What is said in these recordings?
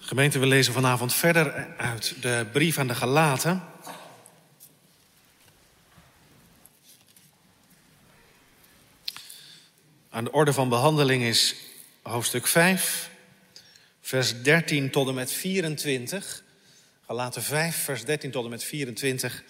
Gemeente, we lezen vanavond verder uit de brief aan de Galaten. Aan de orde van behandeling is hoofdstuk 5, vers 13 tot en met 24. Galaten 5, vers 13 tot en met 24.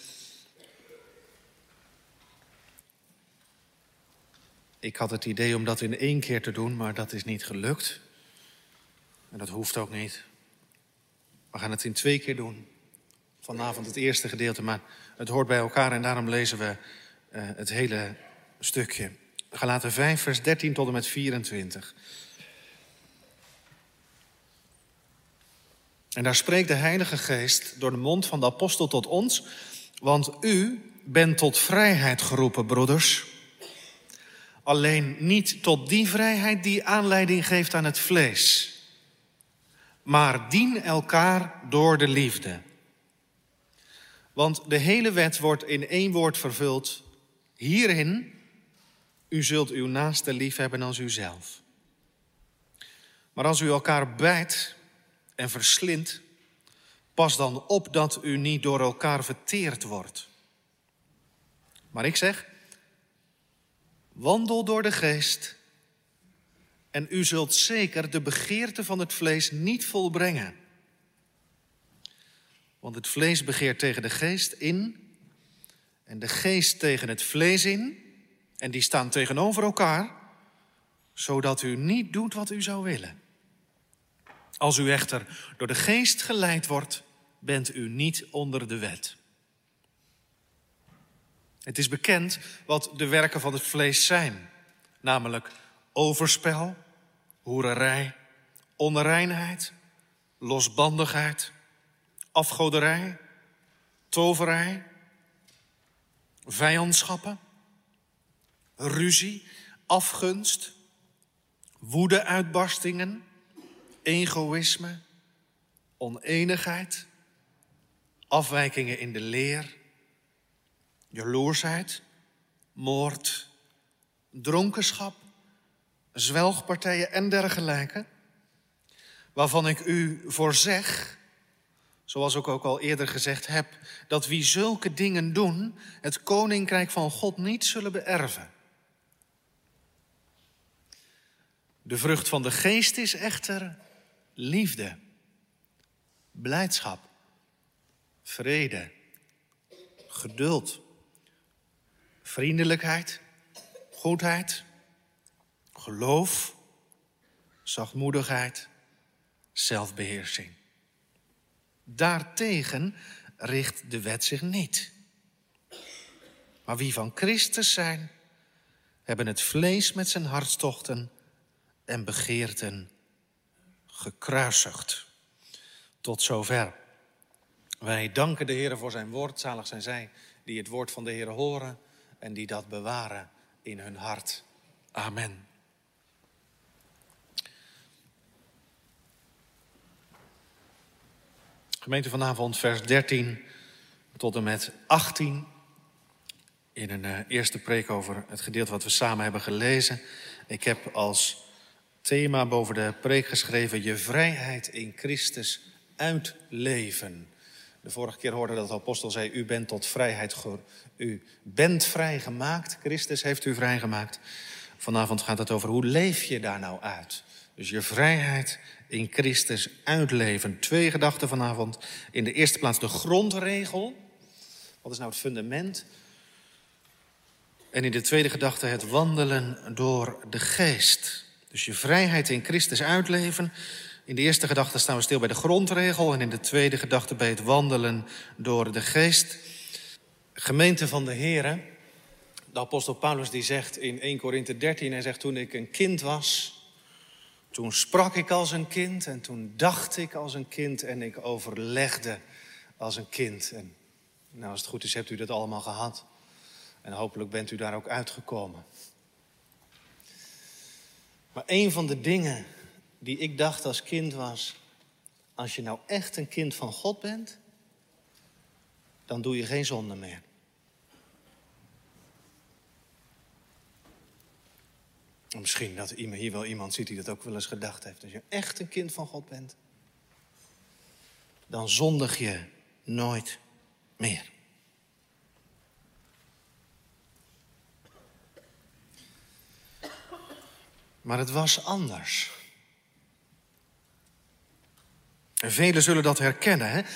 Ik had het idee om dat in 1 keer te doen, maar dat is niet gelukt. En dat hoeft ook niet. We gaan het in 2 keer doen. Vanavond het eerste gedeelte, maar het hoort bij elkaar en daarom lezen we het hele stukje. Galaten 5, vers 13 tot en met 24. En daar spreekt de Heilige Geest door de mond van de apostel tot ons. Want u bent tot vrijheid geroepen, broeders. Alleen niet tot die vrijheid die aanleiding geeft aan het vlees. Maar dien elkaar door de liefde. Want de hele wet wordt in 1 woord vervuld. Hierin, u zult uw naaste lief hebben als uzelf. Maar als u elkaar bijt en verslindt, pas dan op dat u niet door elkaar verteerd wordt. Maar ik zeg, wandel door de geest en u zult zeker de begeerte van het vlees niet volbrengen. Want het vlees begeert tegen de geest in en de geest tegen het vlees in. En die staan tegenover elkaar, zodat u niet doet wat u zou willen. Als u echter door de geest geleid wordt, bent u niet onder de wet. Het is bekend wat de werken van het vlees zijn. Namelijk overspel, hoererij, onreinheid, losbandigheid, afgoderij, toverij, vijandschappen, ruzie, afgunst, woedeuitbarstingen, egoïsme, oneenigheid, afwijkingen in de leer, jaloersheid, moord, dronkenschap, zwelgpartijen en dergelijke, waarvan ik u voor zeg, zoals ik ook al eerder gezegd heb, dat wie zulke dingen doen, het koninkrijk van God niet zullen beërven. De vrucht van de geest is echter liefde, blijdschap, vrede, geduld, vriendelijkheid, goedheid, geloof, zachtmoedigheid, zelfbeheersing. Daartegen richt de wet zich niet. Maar wie van Christus zijn, hebben het vlees met zijn hartstochten en begeerten gekruisigd. Tot zover. Wij danken de Heer voor zijn woord. Zalig zijn zij die het woord van de Heer horen en die dat bewaren in hun hart. Amen. Gemeente, vanavond vers 13 tot en met 18. In een eerste preek over het gedeelte wat we samen hebben gelezen. Ik heb als thema boven de preek geschreven: je vrijheid in Christus uitleven. De vorige keer hoorde dat de apostel zei: u bent tot vrijheid u bent vrijgemaakt. Christus heeft u vrijgemaakt. Vanavond gaat het over hoe leef je daar nou uit. Dus je vrijheid in Christus uitleven. 2 gedachten vanavond. In de eerste plaats de grondregel. Wat is nou het fundament? En in de tweede gedachte het wandelen door de geest. Dus je vrijheid in Christus uitleven. In de eerste gedachte staan we stil bij de grondregel. En in de tweede gedachte bij het wandelen door de geest. Gemeente van de Here. De apostel Paulus die zegt in 1 Korinthe 13. Hij zegt: toen ik een kind was, toen sprak ik als een kind. En toen dacht ik als een kind. En ik overlegde als een kind. En nou, als het goed is, hebt u dat allemaal gehad. En hopelijk bent u daar ook uitgekomen. Maar een van de dingen die ik dacht als kind was: als je nou echt een kind van God bent, dan doe je geen zonde meer. Misschien dat hier wel iemand ziet die dat ook wel eens gedacht heeft. Als je echt een kind van God bent, dan zondig je nooit meer. Maar het was anders. En velen zullen dat herkennen, hè?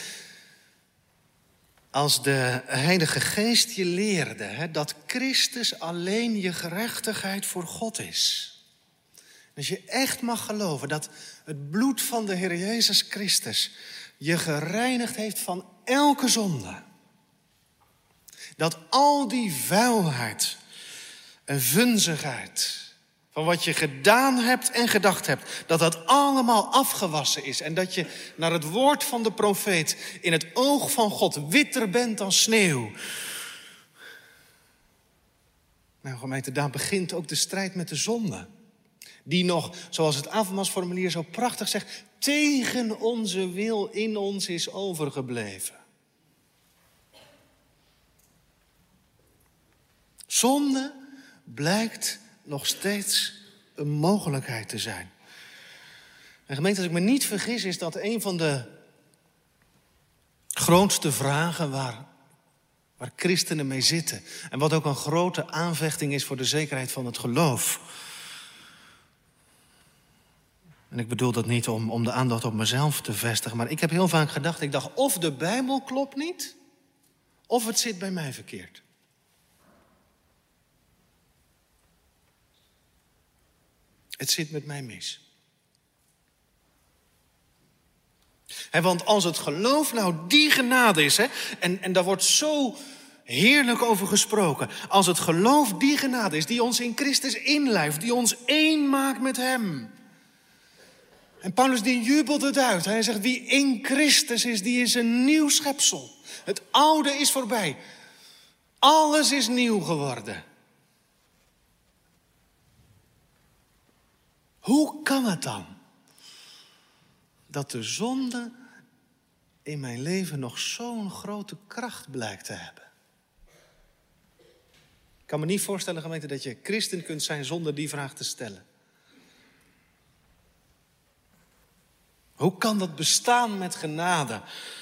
Als de Heilige Geest je leerde, hè, dat Christus alleen je gerechtigheid voor God is. Als je echt mag geloven dat het bloed van de Heer Jezus Christus je gereinigd heeft van elke zonde. Dat al die vuilheid en vunzigheid van wat je gedaan hebt en gedacht hebt, dat dat allemaal afgewassen is. En dat je naar het woord van de profeet in het oog van God witter bent dan sneeuw. Nou gemeente, daar begint ook de strijd met de zonde. Die nog, zoals het avondmaalsformulier zo prachtig zegt, tegen onze wil in ons is overgebleven. Zonde blijkt nog steeds een mogelijkheid te zijn. En gemeente, als ik me niet vergis, is dat een van de grootste vragen waar christenen mee zitten. En wat ook een grote aanvechting is voor de zekerheid van het geloof. En ik bedoel dat niet om de aandacht op mezelf te vestigen. Maar ik heb heel vaak gedacht, ik dacht of de Bijbel klopt niet, of het zit bij mij verkeerd. Het zit met mij mis. Want als het geloof nou die genade is, en daar wordt zo heerlijk over gesproken. Als het geloof die genade is, die ons in Christus inlijft, die ons één maakt met hem. En Paulus die jubelt het uit. Hij zegt, wie in Christus is, die is een nieuw schepsel. Het oude is voorbij. Alles is nieuw geworden. Hoe kan het dan dat de zonde in mijn leven nog zo'n grote kracht blijkt te hebben? Ik kan me niet voorstellen, gemeente, dat je christen kunt zijn zonder die vraag te stellen. Hoe kan dat bestaan met genade?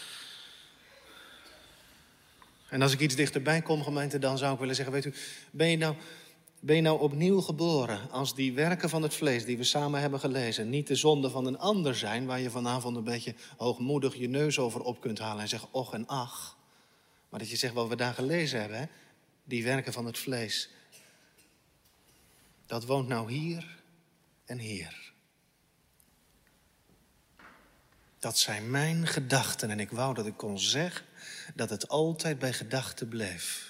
En als ik iets dichterbij kom, gemeente, dan zou ik willen zeggen, weet u, ben je nou opnieuw geboren als die werken van het vlees die we samen hebben gelezen niet de zonde van een ander zijn, waar je vanavond een beetje hoogmoedig je neus over op kunt halen en zegt och en ach. Maar dat je zegt wat we daar gelezen hebben, hè? Die werken van het vlees. Dat woont nou hier en hier. Dat zijn mijn gedachten en ik wou dat ik kon zeggen dat het altijd bij gedachten bleef.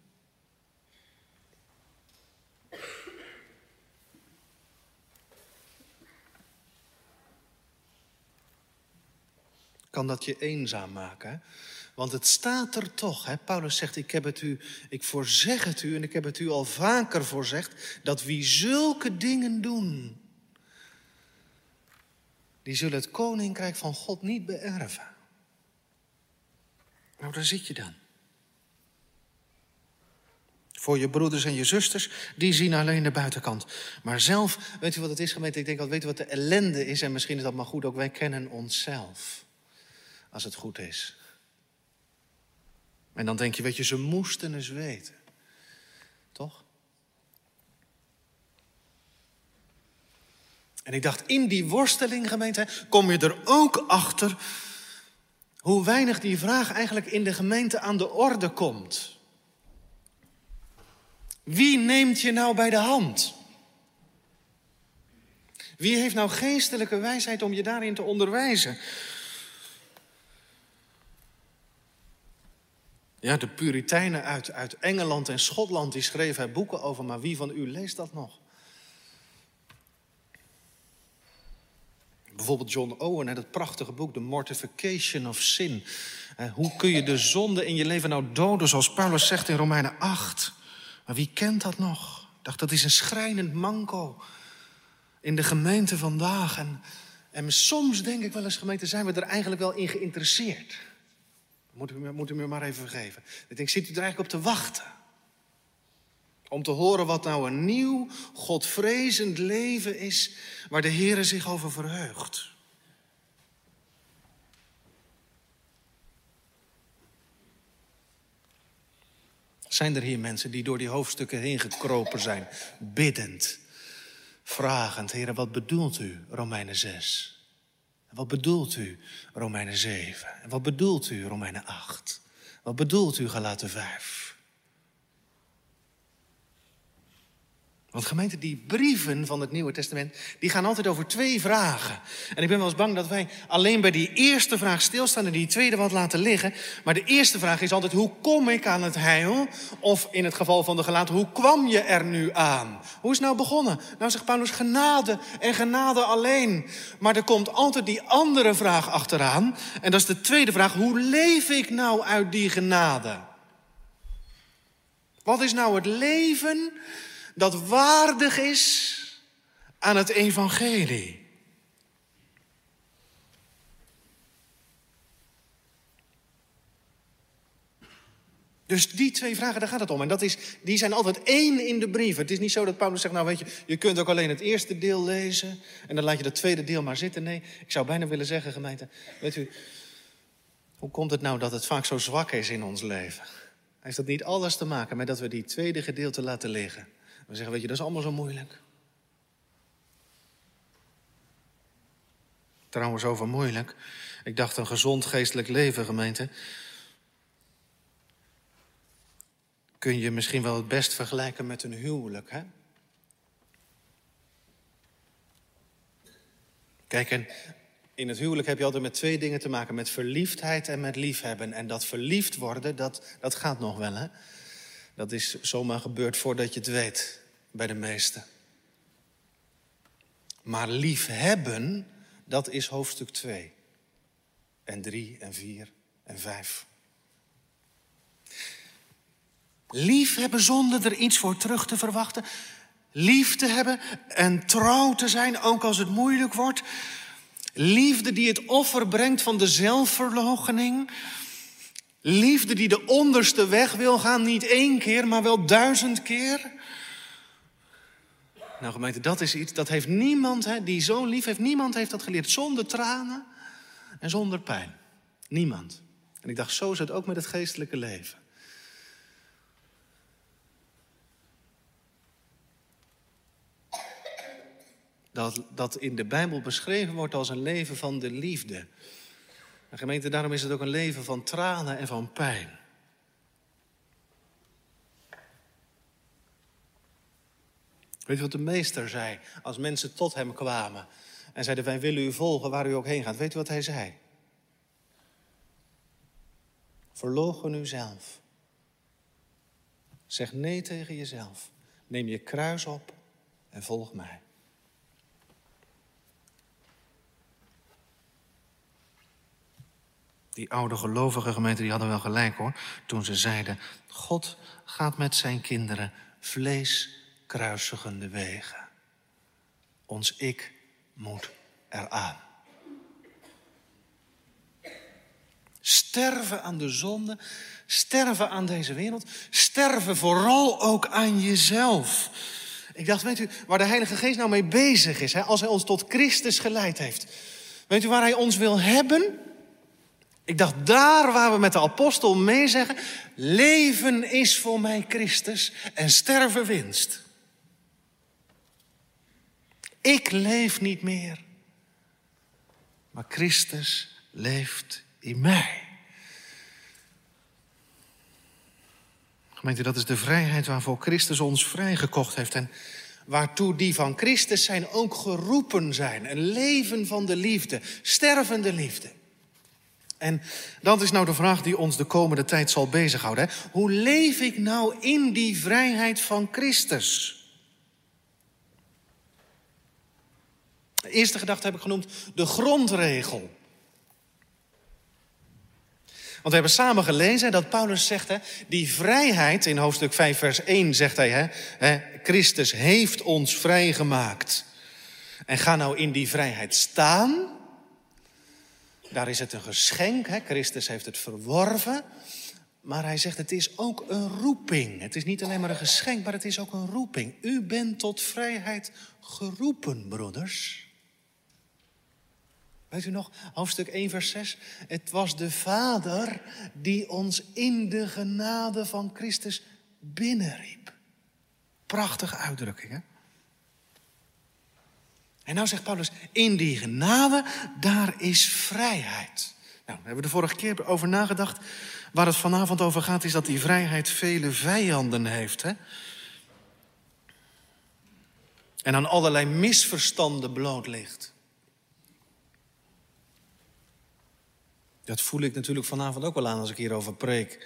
Kan dat je eenzaam maken? Hè? Want het staat er toch. Hè? Paulus zegt, ik voorzeg het u en ik heb het u al vaker voorzegd, dat wie zulke dingen doen, die zullen het koninkrijk van God niet beërven. Nou, daar zit je dan. Voor je broeders en je zusters, die zien alleen de buitenkant. Maar zelf, weet u wat het is, gemeente? Ik denk al, weet u wat de ellende is? En misschien is dat maar goed, ook wij kennen onszelf. Als het goed is. En dan denk je, weet je, ze moesten eens weten. Toch? En ik dacht, in die worsteling, gemeente, kom je er ook achter hoe weinig die vraag eigenlijk in de gemeente aan de orde komt. Wie neemt je nou bij de hand? Wie heeft nou geestelijke wijsheid om je daarin te onderwijzen? Ja, de Puritijnen uit Engeland en Schotland, die schreven er boeken over, maar wie van u leest dat nog? Bijvoorbeeld John Owen, dat prachtige boek, The Mortification of Sin. Hoe kun je de zonde in je leven nou doden, zoals Paulus zegt in Romeinen 8. Maar wie kent dat nog? Ik dacht, dat is een schrijnend manco in de gemeente vandaag. En soms denk ik wel eens, gemeente, zijn we er eigenlijk wel in geïnteresseerd. Moet u me maar even vergeven. Ik denk, zit u er eigenlijk op te wachten? Om te horen wat nou een nieuw, godvrezend leven is, waar de Heere zich over verheugt. Zijn er hier mensen die door die hoofdstukken heen gekropen zijn, biddend, vragend, Heere, wat bedoelt u, Romeinen 6? En wat bedoelt u, Romeinen 7? En wat bedoelt u, Romeinen 8? Wat bedoelt u, Galaten 5? Want gemeente, die brieven van het Nieuwe Testament, die gaan altijd over 2 vragen. En ik ben wel eens bang dat wij alleen bij die eerste vraag stilstaan en die tweede wat laten liggen. Maar de eerste vraag is altijd, hoe kom ik aan het heil? Of in het geval van de Galaten, hoe kwam je er nu aan? Hoe is het nou begonnen? Nou zegt Paulus, genade en genade alleen. Maar er komt altijd die andere vraag achteraan. En dat is de tweede vraag, hoe leef ik nou uit die genade? Wat is nou het leven dat waardig is aan het evangelie? Dus die 2 vragen, daar gaat het om. En die zijn altijd 1 in de brief. Het is niet zo dat Paulus zegt, nou weet je, je kunt ook alleen het eerste deel lezen en dan laat je het tweede deel maar zitten. Nee, ik zou bijna willen zeggen, gemeente, weet u, hoe komt het nou dat het vaak zo zwak is in ons leven? Heeft dat niet alles te maken met dat we die tweede gedeelte laten liggen? We zeggen, weet je, dat is allemaal zo moeilijk. Trouwens, over moeilijk. Ik dacht, een gezond geestelijk leven, gemeente, kun je misschien wel het best vergelijken met een huwelijk, hè? Kijk, en in het huwelijk heb je altijd met 2 dingen te maken. Met verliefdheid en met liefhebben. En dat verliefd worden, dat gaat nog wel, hè? Dat is zomaar gebeurd voordat je het weet, bij de meesten. Maar liefhebben, dat is hoofdstuk 2. En 3 en 4 en 5. Liefhebben zonder er iets voor terug te verwachten. Lief te hebben en trouw te zijn, ook als het moeilijk wordt. Liefde die het offer brengt van de zelfverloochening. Liefde die de onderste weg wil gaan, niet 1 keer, maar wel 1000 keer. Nou gemeente, dat is iets, dat heeft niemand, hè, die zo lief heeft, niemand heeft dat geleerd. Zonder tranen en zonder pijn. Niemand. En ik dacht, zo is het ook met het geestelijke leven. Dat in de Bijbel beschreven wordt als een leven van de liefde. En gemeente, daarom is het ook een leven van tranen en van pijn. Weet je wat de meester zei als mensen tot hem kwamen en zeiden, wij willen u volgen waar u ook heen gaat. Weet u wat hij zei? Verloochen uzelf. Zeg nee tegen jezelf. Neem je kruis op en volg mij. Die oude gelovige gemeente, die hadden wel gelijk hoor. Toen ze zeiden, God gaat met zijn kinderen vleeskruisigende wegen. Ons ik moet eraan. Sterven aan de zonde, sterven aan deze wereld, sterven vooral ook aan jezelf. Ik dacht, weet u, waar de Heilige Geest nou mee bezig is, hè, als hij ons tot Christus geleid heeft. Weet u waar hij ons wil hebben? Ik dacht, daar waar we met de apostel mee zeggen, leven is voor mij Christus en sterven winst. Ik leef niet meer, maar Christus leeft in mij. Gemeente, dat is de vrijheid waarvoor Christus ons vrijgekocht heeft en waartoe die van Christus zijn ook geroepen zijn. Een leven van de liefde, stervende liefde. En dat is nou de vraag die ons de komende tijd zal bezighouden. Hè? Hoe leef ik nou in die vrijheid van Christus? De eerste gedachte heb ik genoemd de grondregel. Want we hebben samen gelezen dat Paulus zegt, hè, die vrijheid, in hoofdstuk 5 vers 1 zegt hij, Christus heeft ons vrijgemaakt. En ga nou in die vrijheid staan. Daar is het een geschenk, hè? Christus heeft het verworven. Maar hij zegt, het is ook een roeping. Het is niet alleen maar een geschenk, maar het is ook een roeping. U bent tot vrijheid geroepen, broeders. Weet u nog, hoofdstuk 1 vers 6. Het was de Vader die ons in de genade van Christus binnenriep. Prachtige uitdrukking, hè? En nou zegt Paulus, in die genade, daar is vrijheid. Nou, daar hebben we de vorige keer over nagedacht. Waar het vanavond over gaat, is dat die vrijheid vele vijanden heeft, hè? En aan allerlei misverstanden bloot ligt. Dat voel ik natuurlijk vanavond ook wel aan als ik hierover preek.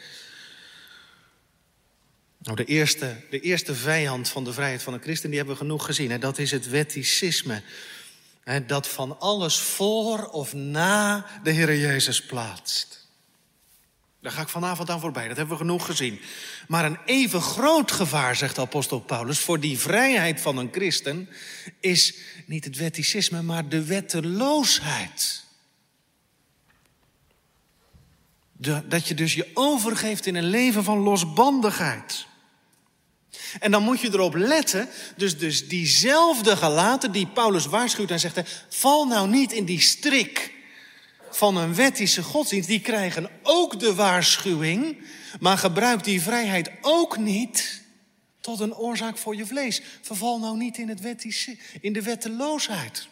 Nou, de eerste vijand van de vrijheid van een christen, die hebben we genoeg gezien. Hè? Dat is het wetticisme. Hè? Dat van alles voor of na de Heer Jezus plaatst. Daar ga ik vanavond aan voorbij, dat hebben we genoeg gezien. Maar een even groot gevaar, zegt apostel Paulus, voor die vrijheid van een christen is niet het wetticisme, maar de wetteloosheid. Dat je dus je overgeeft in een leven van losbandigheid. En dan moet je erop letten, dus diezelfde gelaten die Paulus waarschuwt en zegt, val nou niet in die strik van een wettische godsdienst. Die krijgen ook de waarschuwing, maar gebruik die vrijheid ook niet tot een oorzaak voor je vlees. Verval nou niet in het wettische, in de wetteloosheid.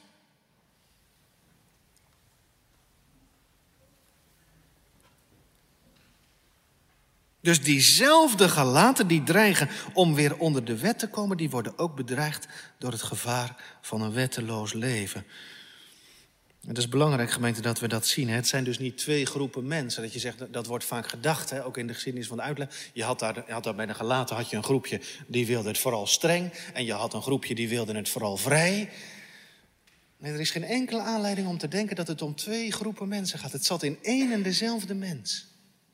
Dus diezelfde gelaten die dreigen om weer onder de wet te komen, die worden ook bedreigd door het gevaar van een wetteloos leven. Het is belangrijk, gemeente, dat we dat zien. Het zijn dus niet twee groepen mensen. Dat je zegt, dat wordt vaak gedacht, hè? Ook in de geschiedenis van de uitleg. Je had daar bij de gelaten had je een groepje die wilde het vooral streng. En je had een groepje die wilde het vooral vrij. Nee, er is geen enkele aanleiding om te denken dat het om twee groepen mensen gaat. Het zat in één en dezelfde mens.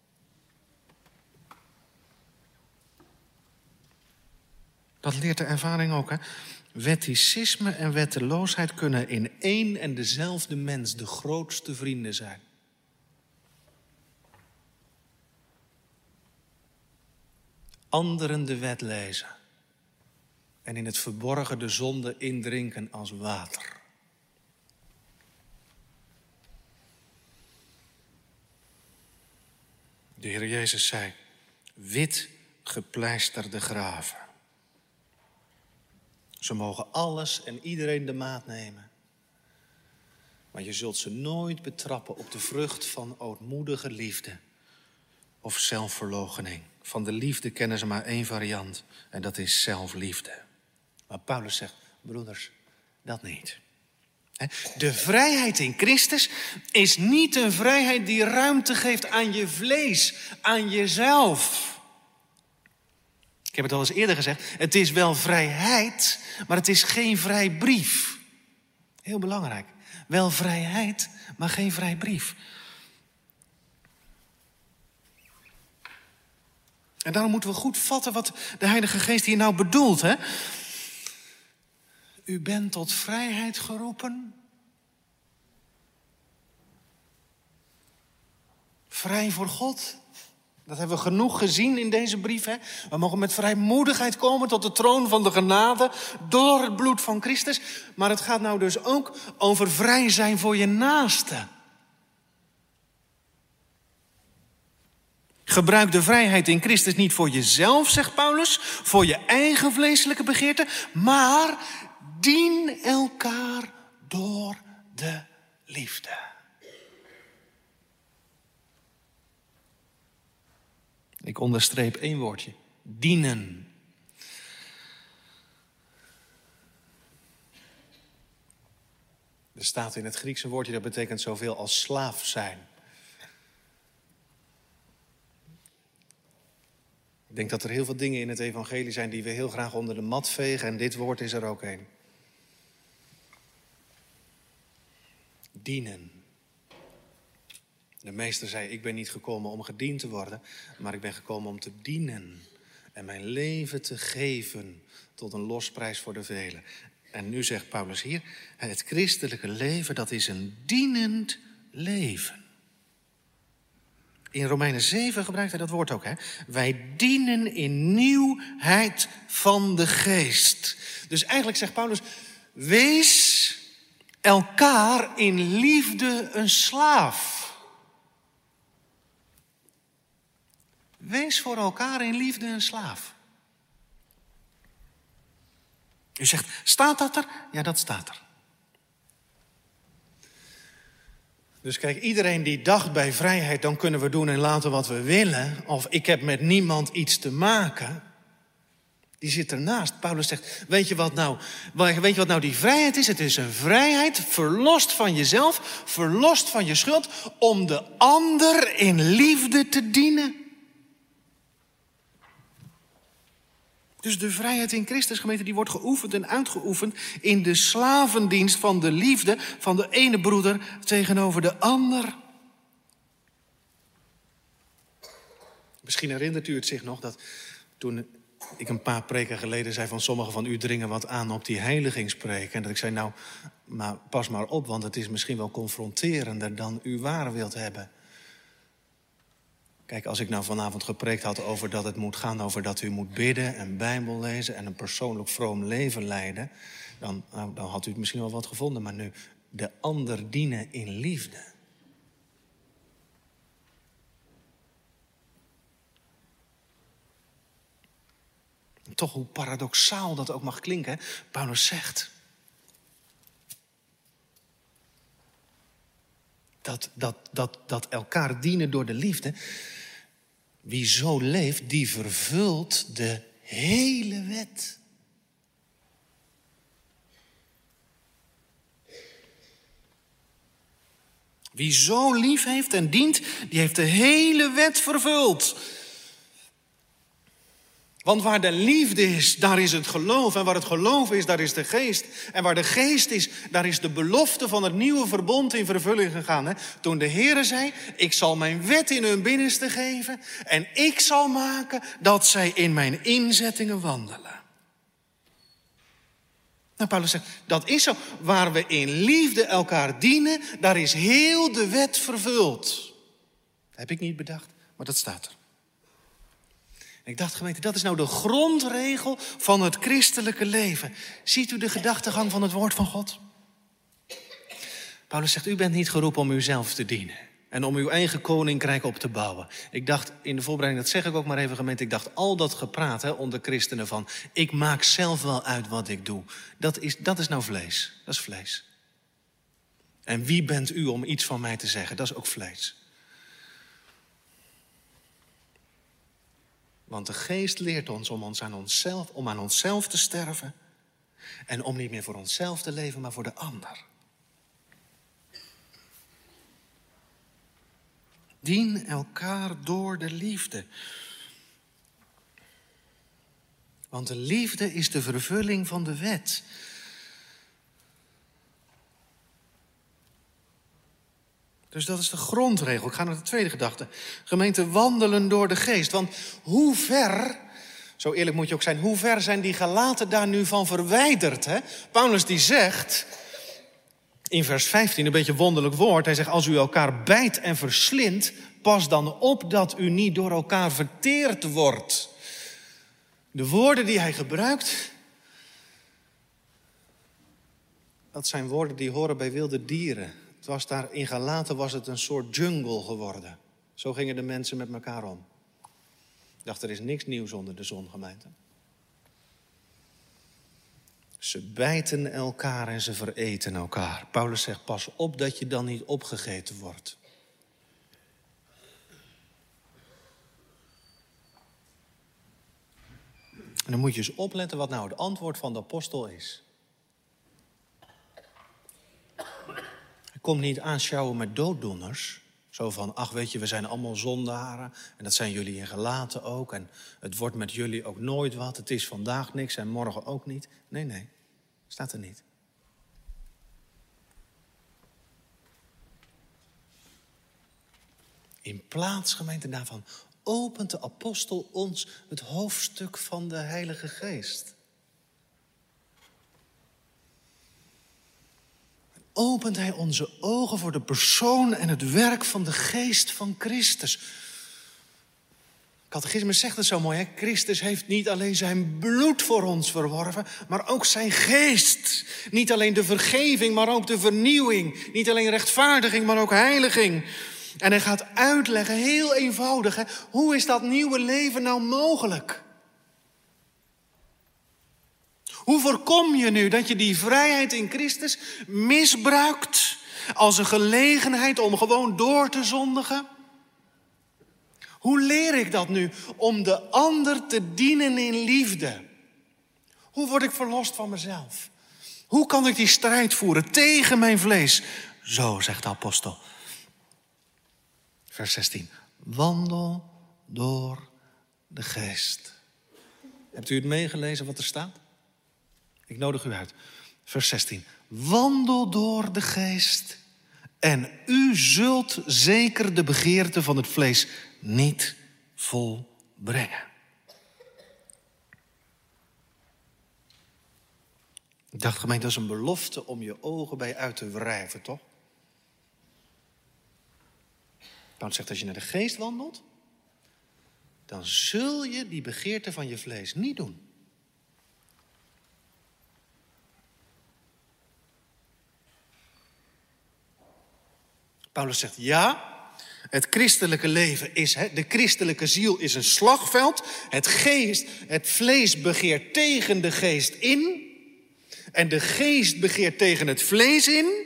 Dat leert de ervaring ook, hè. Wetticisme en wetteloosheid kunnen in één en dezelfde mens de grootste vrienden zijn. Anderen de wet lezen en in het verborgen de zonde indrinken als water. De Heer Jezus zei, wit gepleisterde graven. Ze mogen alles en iedereen de maat nemen. Maar je zult ze nooit betrappen op de vrucht van ootmoedige liefde of zelfverloochening. Van de liefde kennen ze maar één variant en dat is zelfliefde. Maar Paulus zegt, broeders, dat niet. De vrijheid in Christus is niet een vrijheid die ruimte geeft aan je vlees, aan jezelf. Ik heb het al eens eerder gezegd, het is wel vrijheid, maar het is geen vrijbrief. Heel belangrijk. Wel vrijheid, maar geen vrijbrief. En daarom moeten we goed vatten wat de Heilige Geest hier nou bedoelt, hè? U bent tot vrijheid geroepen. Vrij voor God. Dat hebben we genoeg gezien in deze brief. Hè? We mogen met vrijmoedigheid komen tot de troon van de genade door het bloed van Christus. Maar het gaat nou dus ook over vrij zijn voor je naaste. Gebruik de vrijheid in Christus niet voor jezelf, zegt Paulus, voor je eigen vleeselijke begeerte, maar dien elkaar door de liefde. Ik onderstreep één woordje. Dienen. Er staat in het Grieks een woordje dat betekent zoveel als slaaf zijn. Ik denk dat er heel veel dingen in het evangelie zijn die we heel graag onder de mat vegen. En dit woord is er ook een. Dienen. De meester zei, ik ben niet gekomen om gediend te worden, maar ik ben gekomen om te dienen. En mijn leven te geven tot een losprijs voor de velen. En nu zegt Paulus hier, het christelijke leven, dat is een dienend leven. In Romeinen 7 gebruikt hij dat woord ook, hè? Wij dienen in nieuwheid van de geest. Dus eigenlijk zegt Paulus, wees elkaar in liefde een slaaf. Wees voor elkaar in liefde een slaaf. U zegt, staat dat er? Ja, dat staat er. Dus kijk, iedereen die dacht bij vrijheid, dan kunnen we doen en laten wat we willen, of ik heb met niemand iets te maken, die zit ernaast. Paulus zegt, weet je wat nou die vrijheid is? Het is een vrijheid, verlost van jezelf, verlost van je schuld, om de ander in liefde te dienen. Dus de vrijheid in Christus, gemeente, die wordt geoefend en uitgeoefend in de slavendienst van de liefde van de ene broeder tegenover de ander. Misschien herinnert u het zich nog dat toen ik een paar preken geleden zei van sommigen van u dringen wat aan op die heiligingspreek. En dat ik zei, nou, maar pas maar op, want het is misschien wel confronterender dan u waar wilt hebben. Kijk, als ik nou vanavond gepreekt had over dat het moet gaan over dat u moet bidden en Bijbel lezen en een persoonlijk vroom leven leiden, dan had u het misschien wel wat gevonden. Maar nu, de ander dienen in liefde. En toch, hoe paradoxaal dat ook mag klinken, hè? Paulus zegt dat elkaar dienen door de liefde. Wie zo leeft, die vervult de hele wet. Wie zo lief heeft en dient, die heeft de hele wet vervuld. Want waar de liefde is, daar is het geloof. En waar het geloof is, daar is de geest. En waar de geest is, daar is de belofte van het nieuwe verbond in vervulling gegaan. Hè? Toen de Heere zei, ik zal mijn wet in hun binnenste geven. En ik zal maken dat zij in mijn inzettingen wandelen. Nou, Paulus zegt, dat is zo. Waar we in liefde elkaar dienen, daar is heel de wet vervuld. Dat heb ik niet bedacht, maar dat staat er. Ik dacht, gemeente, dat is nou de grondregel van het christelijke leven. Ziet u de gedachtegang van het woord van God? Paulus zegt, u bent niet geroepen om uzelf te dienen. En om uw eigen koninkrijk op te bouwen. Ik dacht, in de voorbereiding, dat zeg ik ook maar even, gemeente. Ik dacht, al dat gepraat onder christenen van, ik maak zelf wel uit wat ik doe. Dat is nou vlees. Dat is vlees. En wie bent u om iets van mij te zeggen? Dat is ook vlees. Want de geest leert ons om aan onszelf te sterven. En om niet meer voor onszelf te leven, maar voor de ander. Dien elkaar door de liefde. Want de liefde is de vervulling van de wet. Dus dat is de grondregel. Ik ga naar de tweede gedachte. Gemeente, wandelen door de geest. Want hoe ver, zo eerlijk moet je ook zijn, hoe ver zijn die Galaten daar nu van verwijderd? Hè? Paulus die zegt, in vers 15, een beetje wonderlijk woord. Hij zegt, als u elkaar bijt en verslindt, pas dan op dat u niet door elkaar verteerd wordt. De woorden die hij gebruikt, dat zijn woorden die horen bij wilde dieren. Het was daar in Galaten was het een soort jungle geworden. Zo gingen de mensen met elkaar om. Ik dacht, er is niks nieuws onder de zon, gemeente. Ze bijten elkaar en ze vereten elkaar. Paulus zegt, pas op dat je dan niet opgegeten wordt. En dan moet je eens opletten wat nou het antwoord van de apostel is. Hij komt niet aanschouwen met dooddoeners. Zo van, ach weet je, we zijn allemaal zondaren. En dat zijn jullie in Galaten ook. En het wordt met jullie ook nooit wat. Het is vandaag niks en morgen ook niet. Nee, staat er niet. In plaats, gemeente, daarvan opent de apostel ons het hoofdstuk van de Heilige Geest. Opent hij onze ogen voor de persoon en het werk van de geest van Christus. Catechisme zegt het zo mooi, hè? Christus heeft niet alleen zijn bloed voor ons verworven, maar ook zijn geest. Niet alleen de vergeving, maar ook de vernieuwing. Niet alleen rechtvaardiging, maar ook heiliging. En hij gaat uitleggen, heel eenvoudig, hè? Hoe is dat nieuwe leven nou mogelijk? Hoe voorkom je nu dat je die vrijheid in Christus misbruikt als een gelegenheid om gewoon door te zondigen? Hoe leer ik dat nu om de ander te dienen in liefde? Hoe word ik verlost van mezelf? Hoe kan ik die strijd voeren tegen mijn vlees? Zo, zegt de apostel. Vers 16. Wandel door de geest. Hebt u het meegelezen wat er staat? Ik nodig u uit. Vers 16. Wandel door de geest en u zult zeker de begeerte van het vlees niet volbrengen. Ik dacht, gemeente, dat is een belofte om je ogen bij uit te wrijven, toch? Paulus zegt, als je naar de geest wandelt, dan zul je die begeerte van je vlees niet doen. Paulus zegt, ja, het christelijke leven is, de christelijke ziel is een slagveld. Het vlees begeert tegen de geest in. En de geest begeert tegen het vlees in.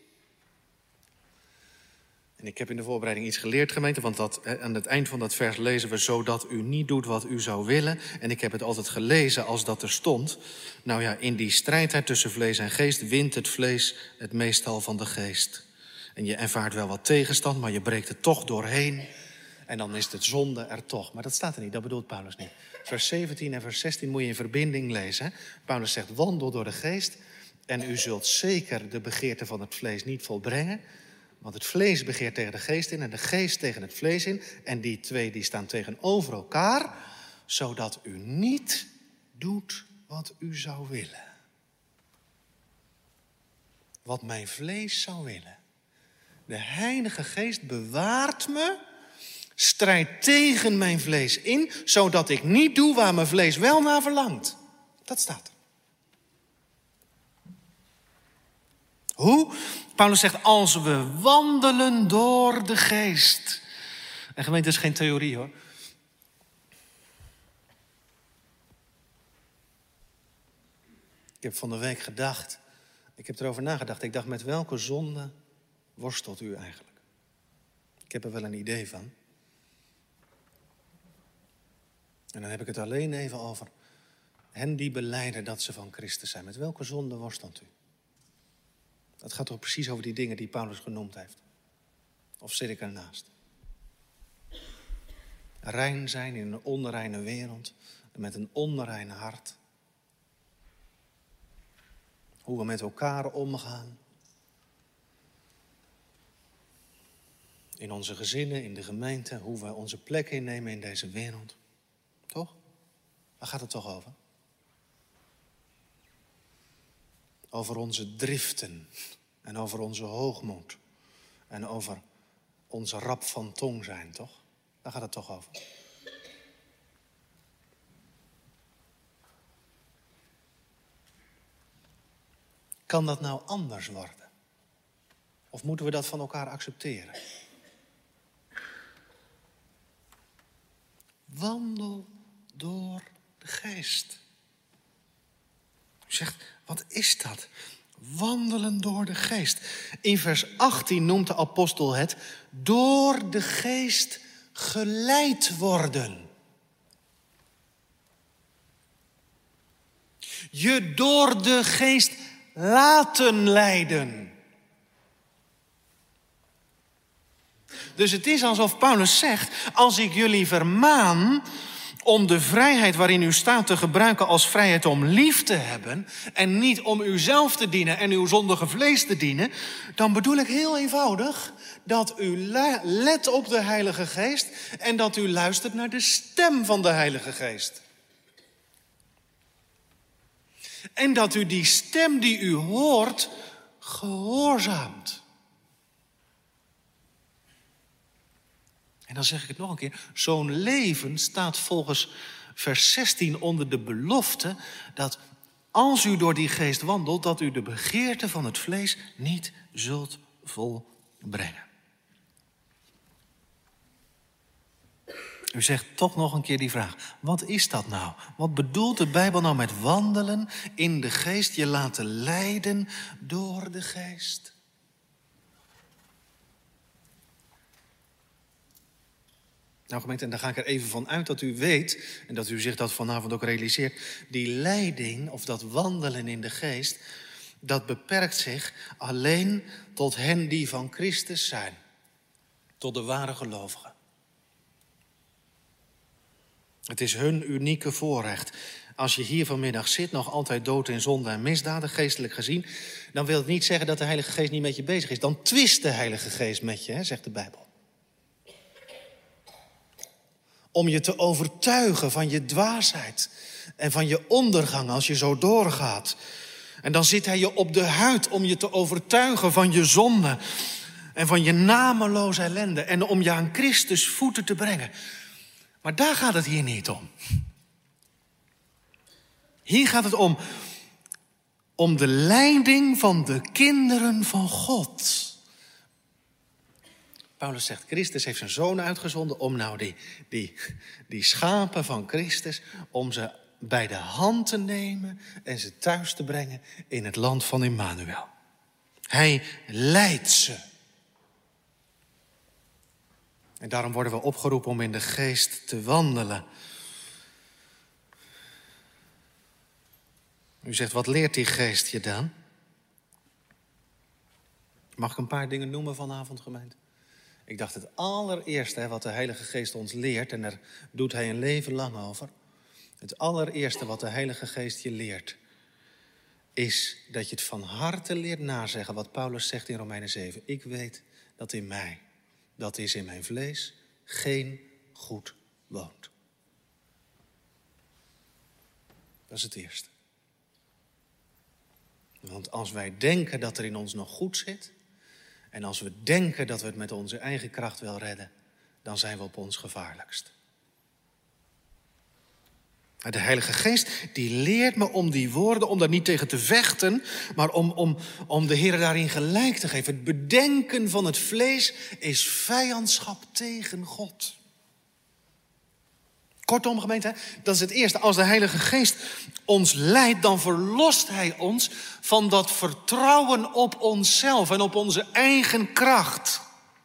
En ik heb in de voorbereiding iets geleerd, gemeente, want aan het eind van dat vers lezen we, zodat u niet doet wat u zou willen. En ik heb het altijd gelezen als dat er stond. Nou ja, in die strijdheid tussen vlees en geest wint het vlees het meestal van de geest. En je ervaart wel wat tegenstand, maar je breekt er toch doorheen. En dan is het zonde er toch. Maar dat staat er niet, dat bedoelt Paulus niet. Vers 17 en vers 16 moet je in verbinding lezen. Hè? Paulus zegt, wandel door de geest en u zult zeker de begeerte van het vlees niet volbrengen. Want het vlees begeert tegen de geest in en de geest tegen het vlees in. En die twee die staan tegenover elkaar, zodat u niet doet wat u zou willen. Wat mijn vlees zou willen. De Heilige Geest bewaart me, strijdt tegen mijn vlees in, zodat ik niet doe waar mijn vlees wel naar verlangt. Dat staat er. Hoe? Paulus zegt, als we wandelen door de geest. En gemeente, dat is geen theorie hoor. Ik heb van de week gedacht, ik heb erover nagedacht. Ik dacht, met welke zonde worstelt u eigenlijk? Ik heb er wel een idee van. En dan heb ik het alleen even over hen die belijden dat ze van Christus zijn. Met welke zonde worstelt u? Dat gaat toch precies over die dingen die Paulus genoemd heeft? Of zit ik ernaast? Rein zijn in een onreine wereld en met een onreine hart. Hoe we met elkaar omgaan. In onze gezinnen, in de gemeente, hoe we onze plek innemen in deze wereld. Toch? Waar gaat het toch over? Over onze driften en over onze hoogmoed en over onze rap van tong zijn, toch? Daar gaat het toch over. Kan dat nou anders worden? Of moeten we dat van elkaar accepteren? Wandel door de geest. U zegt, wat is dat? Wandelen door de geest. In vers 18 noemt de apostel het door de geest geleid worden. Je door de geest laten leiden. Dus het is alsof Paulus zegt, als ik jullie vermaan om de vrijheid waarin u staat te gebruiken als vrijheid om lief te hebben en niet om uzelf te dienen en uw zondige vlees te dienen, dan bedoel ik heel eenvoudig dat u let op de Heilige Geest en dat u luistert naar de stem van de Heilige Geest. En dat u die stem die u hoort gehoorzaamt. En dan zeg ik het nog een keer. Zo'n leven staat volgens vers 16 onder de belofte dat als u door die geest wandelt, dat u de begeerte van het vlees niet zult volbrengen. U zegt toch nog een keer die vraag. Wat is dat nou? Wat bedoelt de Bijbel nou met wandelen in de geest? Je laten leiden door de geest. Nou gemeente, en daar ga ik er even van uit dat u weet, en dat u zich dat vanavond ook realiseert, die leiding of dat wandelen in de geest, dat beperkt zich alleen tot hen die van Christus zijn. Tot de ware gelovigen. Het is hun unieke voorrecht. Als je hier vanmiddag zit, nog altijd dood in zonde en misdaden, geestelijk gezien, dan wil het niet zeggen dat de Heilige Geest niet met je bezig is. Dan twist de Heilige Geest met je, zegt de Bijbel. Om je te overtuigen van je dwaasheid en van je ondergang als je zo doorgaat. En dan zit hij je op de huid om je te overtuigen van je zonde en van je nameloze ellende en om je aan Christus voeten te brengen. Maar daar gaat het hier niet om. Hier gaat het om de leiding van de kinderen van God. Paulus zegt, Christus heeft zijn zoon uitgezonden om nou die schapen van Christus, om ze bij de hand te nemen en ze thuis te brengen in het land van Immanuel. Hij leidt ze. En daarom worden we opgeroepen om in de geest te wandelen. U zegt, wat leert die geest je dan? Mag ik een paar dingen noemen vanavond, gemeente? Ik dacht het allereerste wat de Heilige Geest ons leert, en daar doet hij een leven lang over. Het allereerste wat de Heilige Geest je leert, is dat je het van harte leert nazeggen wat Paulus zegt in Romeinen 7. Ik weet dat in mij, dat is in mijn vlees, geen goed woont. Dat is het eerste. Want als wij denken dat er in ons nog goed zit, en als we denken dat we het met onze eigen kracht wel redden, dan zijn we op ons gevaarlijkst. De Heilige Geest die leert me om die woorden, om daar niet tegen te vechten, maar om de Heer daarin gelijk te geven. Het bedenken van het vlees is vijandschap tegen God. Kortom, gemeente, dat is het eerste. Als de Heilige Geest ons leidt, dan verlost hij ons van dat vertrouwen op onszelf en op onze eigen kracht.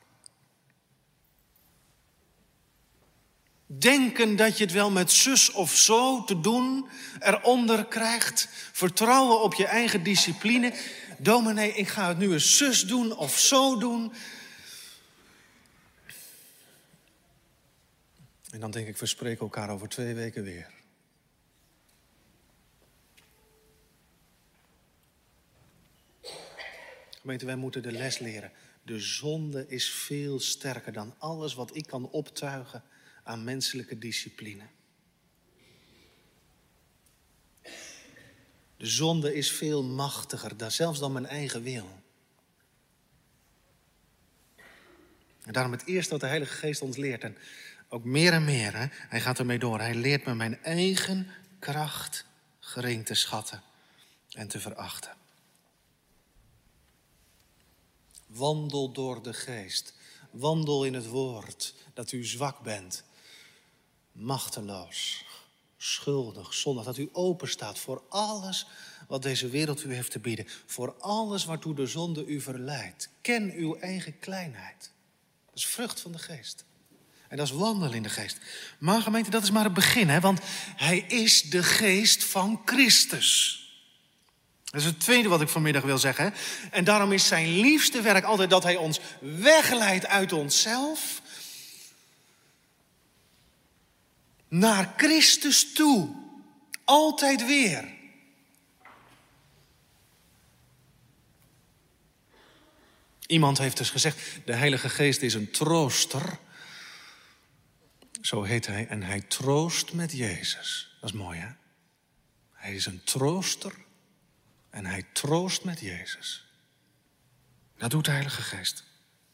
Denken dat je het wel met zus of zo te doen eronder krijgt. Vertrouwen op je eigen discipline. Dominee, ik ga het nu eens zus doen of zo doen. En dan denk ik, we spreken elkaar over 2 weken weer. Gemeente, wij moeten de les leren. De zonde is veel sterker dan alles wat ik kan optuigen aan menselijke discipline. De zonde is veel machtiger, zelfs dan mijn eigen wil. En daarom het eerste wat de Heilige Geest ons leert. En ook meer en meer, hè? Hij gaat ermee door. Hij leert me mijn eigen kracht gering te schatten en te verachten. Wandel door de geest. Wandel in het woord dat u zwak bent. Machteloos, schuldig, zondig. Dat u open staat voor alles wat deze wereld u heeft te bieden. Voor alles waartoe de zonde u verleidt. Ken uw eigen kleinheid. Dat is vrucht van de geest. En dat is wandelen in de geest. Maar gemeente, dat is maar het begin. Hè? Want hij is de geest van Christus. Dat is het tweede wat ik vanmiddag wil zeggen. Hè? En daarom is zijn liefste werk altijd dat hij ons wegleidt uit onszelf. Naar Christus toe. Altijd weer. Iemand heeft dus gezegd, de Heilige Geest is een trooster. Zo heet hij. En hij troost met Jezus. Dat is mooi, hè? Hij is een trooster. En hij troost met Jezus. Dat doet de Heilige Geest.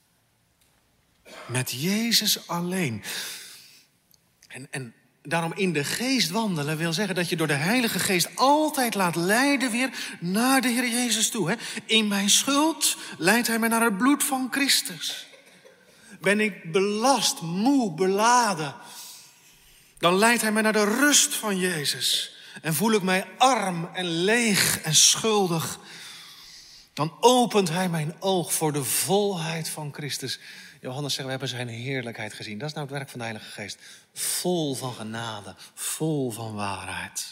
Met Jezus alleen. En daarom in de geest wandelen wil zeggen dat je door de Heilige Geest altijd laat leiden weer naar de Heer Jezus toe. Hè? In mijn schuld leidt hij mij naar het bloed van Christus. Ben ik belast, moe, beladen, Dan leidt hij mij naar de rust van Jezus. En voel ik mij arm en leeg en schuldig. Dan opent hij mijn oog voor de volheid van Christus. Johannes zegt, we hebben zijn heerlijkheid gezien. Dat is nou het werk van de Heilige Geest. Vol van genade, vol van waarheid.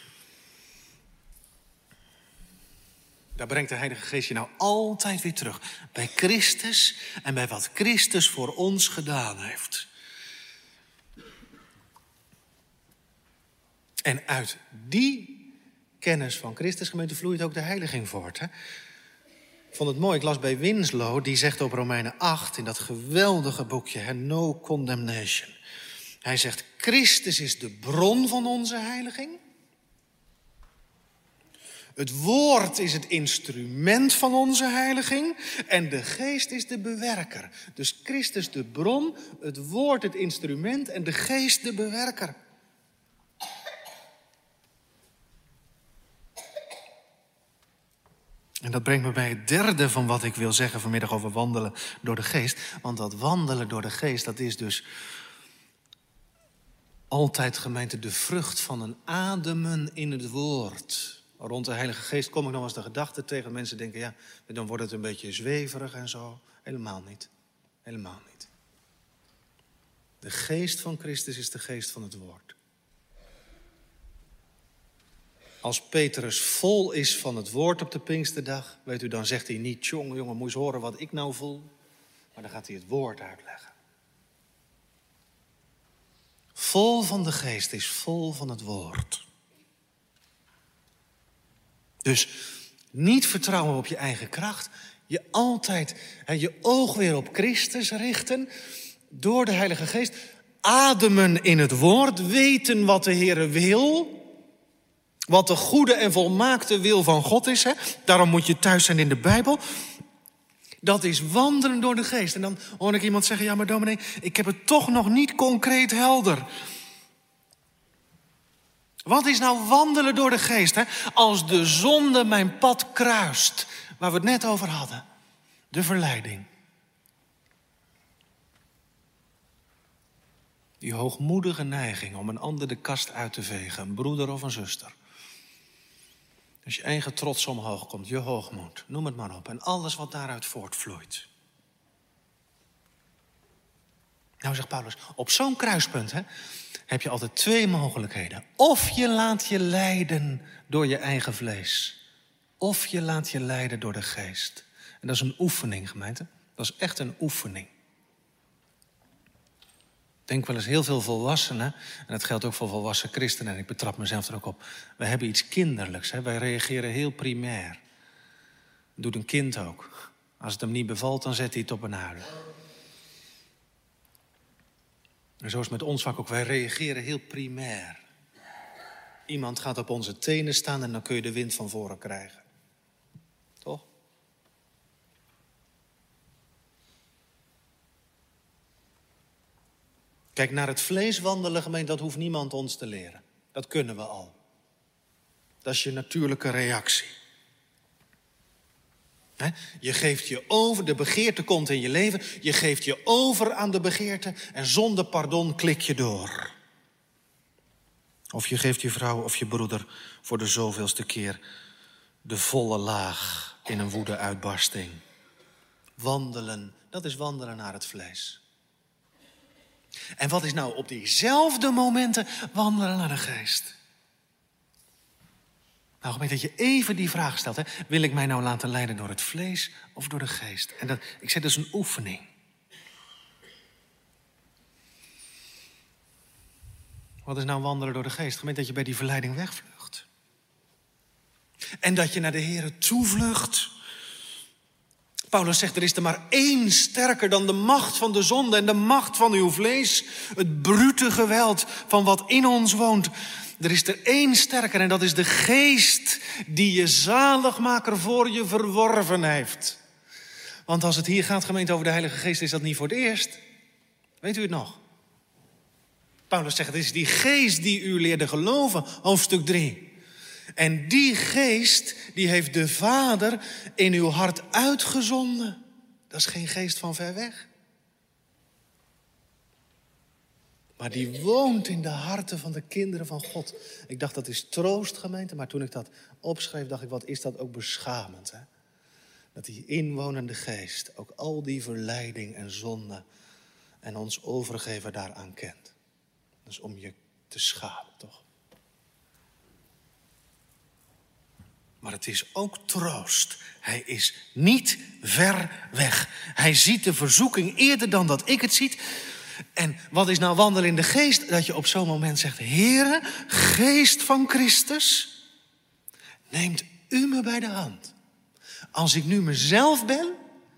Daar brengt de Heilige Geest je nou altijd weer terug. Bij Christus en bij wat Christus voor ons gedaan heeft. En uit die kennis van Christus, gemeente, vloeit ook de heiliging voort. Hè? Ik vond het mooi, ik las bij Winslow, die zegt op Romeinen 8... in dat geweldige boekje, No Condemnation. Hij zegt, Christus is de bron van onze heiliging. Het woord is het instrument van onze heiliging. En de geest is de bewerker. Dus Christus de bron, het woord het instrument en de geest de bewerker. En dat brengt me bij het derde van wat ik wil zeggen vanmiddag over wandelen door de geest. Want dat wandelen door de geest, dat is dus altijd, gemeente, de vrucht van een ademen in het woord. Rond de Heilige Geest kom ik nog eens de gedachte tegen. Mensen denken, ja, dan wordt het een beetje zweverig en zo. Helemaal niet. Helemaal niet. De geest van Christus is de geest van het woord. Als Petrus vol is van het woord op de Pinksterdag, weet u, dan zegt hij niet, jongen, moet je eens horen wat ik nou voel. Maar dan gaat hij het woord uitleggen. Vol van de geest is vol van het woord. Dus niet vertrouwen op je eigen kracht. Je altijd je oog weer op Christus richten. Door de Heilige Geest. Ademen in het woord. Weten wat de Heere wil. Wat de goede en volmaakte wil van God is. Hè? Daarom moet je thuis zijn in de Bijbel. Dat is wandelen door de geest. En dan hoor ik iemand zeggen, ja maar dominee, ik heb het toch nog niet concreet helder. Wat is nou wandelen door de geest? Hè? Als de zonde mijn pad kruist. Waar we het net over hadden. De verleiding. Die hoogmoedige neiging om een ander de kast uit te vegen. Een broeder of een zuster. Als je eigen trots omhoog komt, je hoogmoed, noem het maar op. En alles wat daaruit voortvloeit. Nou, zegt Paulus, op zo'n kruispunt heb je altijd twee mogelijkheden. Of je laat je leiden door je eigen vlees. Of je laat je leiden door de geest. En dat is een oefening, gemeente. Dat is echt een oefening. Ik denk wel eens heel veel volwassenen, en dat geldt ook voor volwassen christenen, en ik betrap mezelf er ook op. Wij hebben iets kinderlijks, wij reageren heel primair. Dat doet een kind ook. Als het hem niet bevalt, dan zet hij het op een huilen. En zo is het met ons vaak ook, wij reageren heel primair. Iemand gaat op onze tenen staan en dan kun je de wind van voren krijgen. Toch? Kijk, naar het vlees wandelen, gemeente, dat hoeft niemand ons te leren. Dat kunnen we al. Dat is je natuurlijke reactie. Je geeft je over, de begeerte komt in je leven. Je geeft je over aan de begeerte en zonder pardon klik je door. Of je geeft je vrouw of je broeder voor de zoveelste keer de volle laag in een woede-uitbarsting. Wandelen, dat is wandelen naar het vlees. En wat is nou op diezelfde momenten wandelen naar de geest? Nou, gemeente, dat je even die vraag stelt. Wil ik mij nou laten leiden door het vlees of door de geest? En dat, ik zeg, dat is een oefening. Wat is nou wandelen door de geest? Gemeente, dat je bij die verleiding wegvlucht. En dat je naar de Heere toevlucht. Paulus zegt, er is er maar één sterker dan de macht van de zonde en de macht van uw vlees. Het brute geweld van wat in ons woont. Er is er één sterker en dat is de geest die je zaligmaker voor je verworven heeft. Want als het hier gaat, gemeente, over de Heilige Geest, is dat niet voor het eerst. Weet u het nog? Paulus zegt, het is die geest die u leerde geloven, hoofdstuk 3. En die geest, die heeft de Vader in uw hart uitgezonden. Dat is geen geest van ver weg. Maar die woont in de harten van de kinderen van God. Ik dacht, dat is troost, gemeente. Maar toen ik dat opschreef, dacht ik, wat is dat ook beschamend. Hè? Dat die inwonende geest ook al die verleiding en zonde en ons overgeven daaraan kent. Dat is om je te schamen, toch? Maar het is ook troost. Hij is niet ver weg. Hij ziet de verzoeking eerder dan dat ik het zie. En wat is nou wandelen in de geest? Dat je op zo'n moment zegt, Heere, geest van Christus, neemt u me bij de hand. Als ik nu mezelf ben,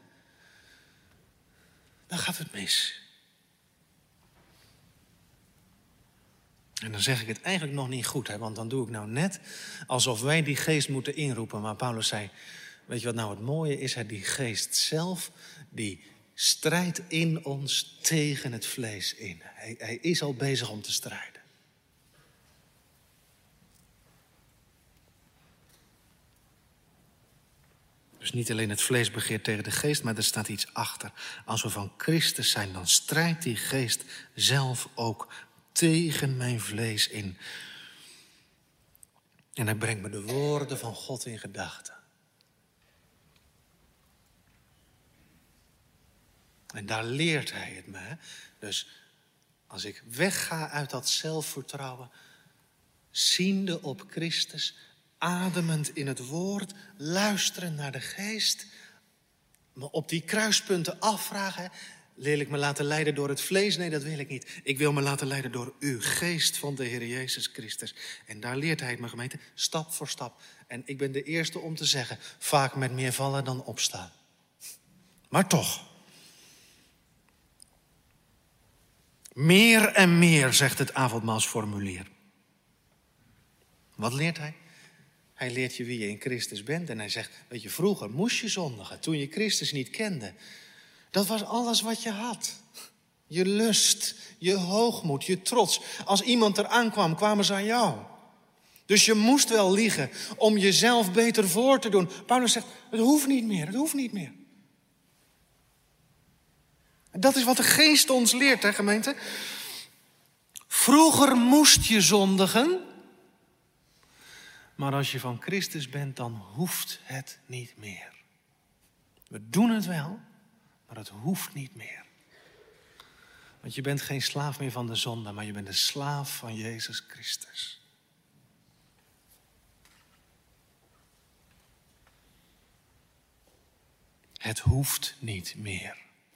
dan gaat het mis. En dan zeg ik het eigenlijk nog niet goed, hè, want dan doe ik nou net alsof wij die geest moeten inroepen. Maar Paulus zei, weet je wat nou het mooie is? Die geest zelf, die strijdt in ons tegen het vlees in. Hij is al bezig om te strijden. Dus niet alleen het vlees begeert tegen de geest, maar er staat iets achter. Als we van Christus zijn, dan strijdt die geest zelf ook tegen mijn vlees in. En hij brengt me de woorden van God in gedachten. En daar leert hij het me. Hè? Dus als ik wegga uit dat zelfvertrouwen, ziende op Christus, ademend in het woord, luisteren naar de geest, me op die kruispunten afvragen, wil ik me laten leiden door het vlees? Nee, dat wil ik niet. Ik wil me laten leiden door uw geest van de Heer Jezus Christus. En daar leert hij het me, gemeente, stap voor stap. En ik ben de eerste om te zeggen, vaak met meer vallen dan opstaan. Maar toch. Meer en meer, zegt het avondmaalsformulier. Wat leert hij? Hij leert je wie je in Christus bent. En hij zegt, weet je, vroeger moest je zondigen. Toen je Christus niet kende. Dat was alles wat je had. Je lust, je hoogmoed, je trots. Als iemand eraan kwam, kwamen ze aan jou. Dus je moest wel liegen om jezelf beter voor te doen. Paulus zegt, het hoeft niet meer, het hoeft niet meer. En dat is wat de geest ons leert, hè, gemeente. Vroeger moest je zondigen. Maar als je van Christus bent, dan hoeft het niet meer. We doen het wel, maar het hoeft niet meer. Want je bent geen slaaf meer van de zonde, maar je bent een slaaf van Jezus Christus. Het hoeft niet meer.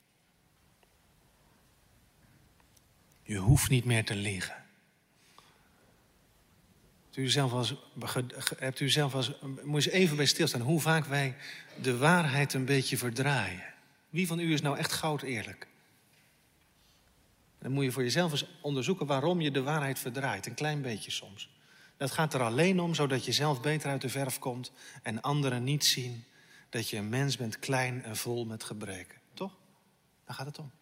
Je hoeft niet meer te liegen. Hebt u zelf als, moet je eens even bij stilstaan hoe vaak wij de waarheid een beetje verdraaien. Wie van u is nou echt goud eerlijk? Dan moet je voor jezelf eens onderzoeken waarom je de waarheid verdraait. Een klein beetje soms. Dat gaat er alleen om, zodat je zelf beter uit de verf komt en anderen niet zien dat je een mens bent, klein en vol met gebreken. Toch? Daar gaat het om.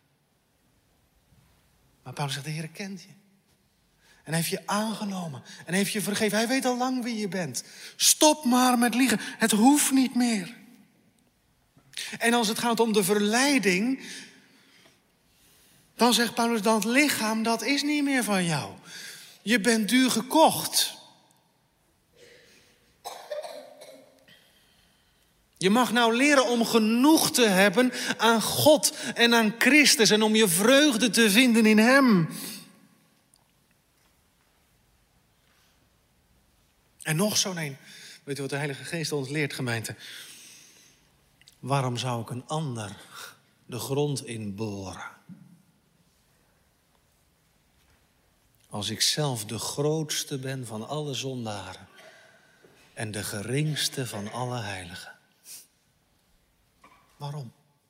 Maar Paulus zegt, de Heer kent je. En hij heeft je aangenomen. En heeft je vergeven. Hij weet al lang wie je bent. Stop maar met liegen. Het hoeft niet meer. En als het gaat om de verleiding, dan zegt Paulus, dat lichaam, dat is niet meer van jou. Je bent duur gekocht. Je mag nou leren om genoeg te hebben aan God en aan Christus en om je vreugde te vinden in Hem. En nog zo'n een. Weet u wat de Heilige Geest ons leert, gemeente? Waarom zou ik een ander de grond inboren? Als ik zelf de grootste ben van alle zondaren en de geringste van alle heiligen. Waarom?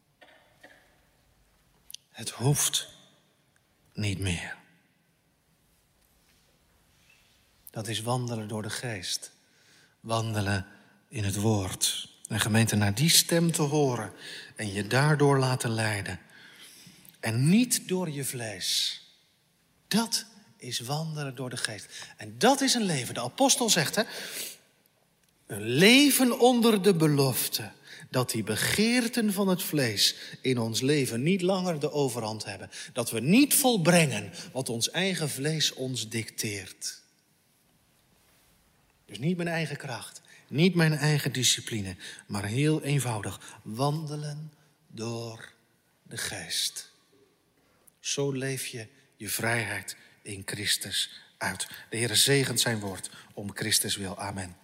Het hoeft niet meer. Dat is wandelen door de geest. Wandelen in het woord. En gemeente, naar die stem te horen en je daardoor laten leiden. En niet door je vlees. Dat is wandelen door de geest. En dat is een leven. De apostel zegt, hè, een leven onder de belofte. Dat die begeerten van het vlees in ons leven niet langer de overhand hebben. Dat we niet volbrengen wat ons eigen vlees ons dicteert. Dus niet mijn eigen kracht, niet mijn eigen discipline, maar heel eenvoudig wandelen door de geest. Zo leef je je vrijheid in Christus uit. De Heere zegent zijn woord om Christus wil. Amen.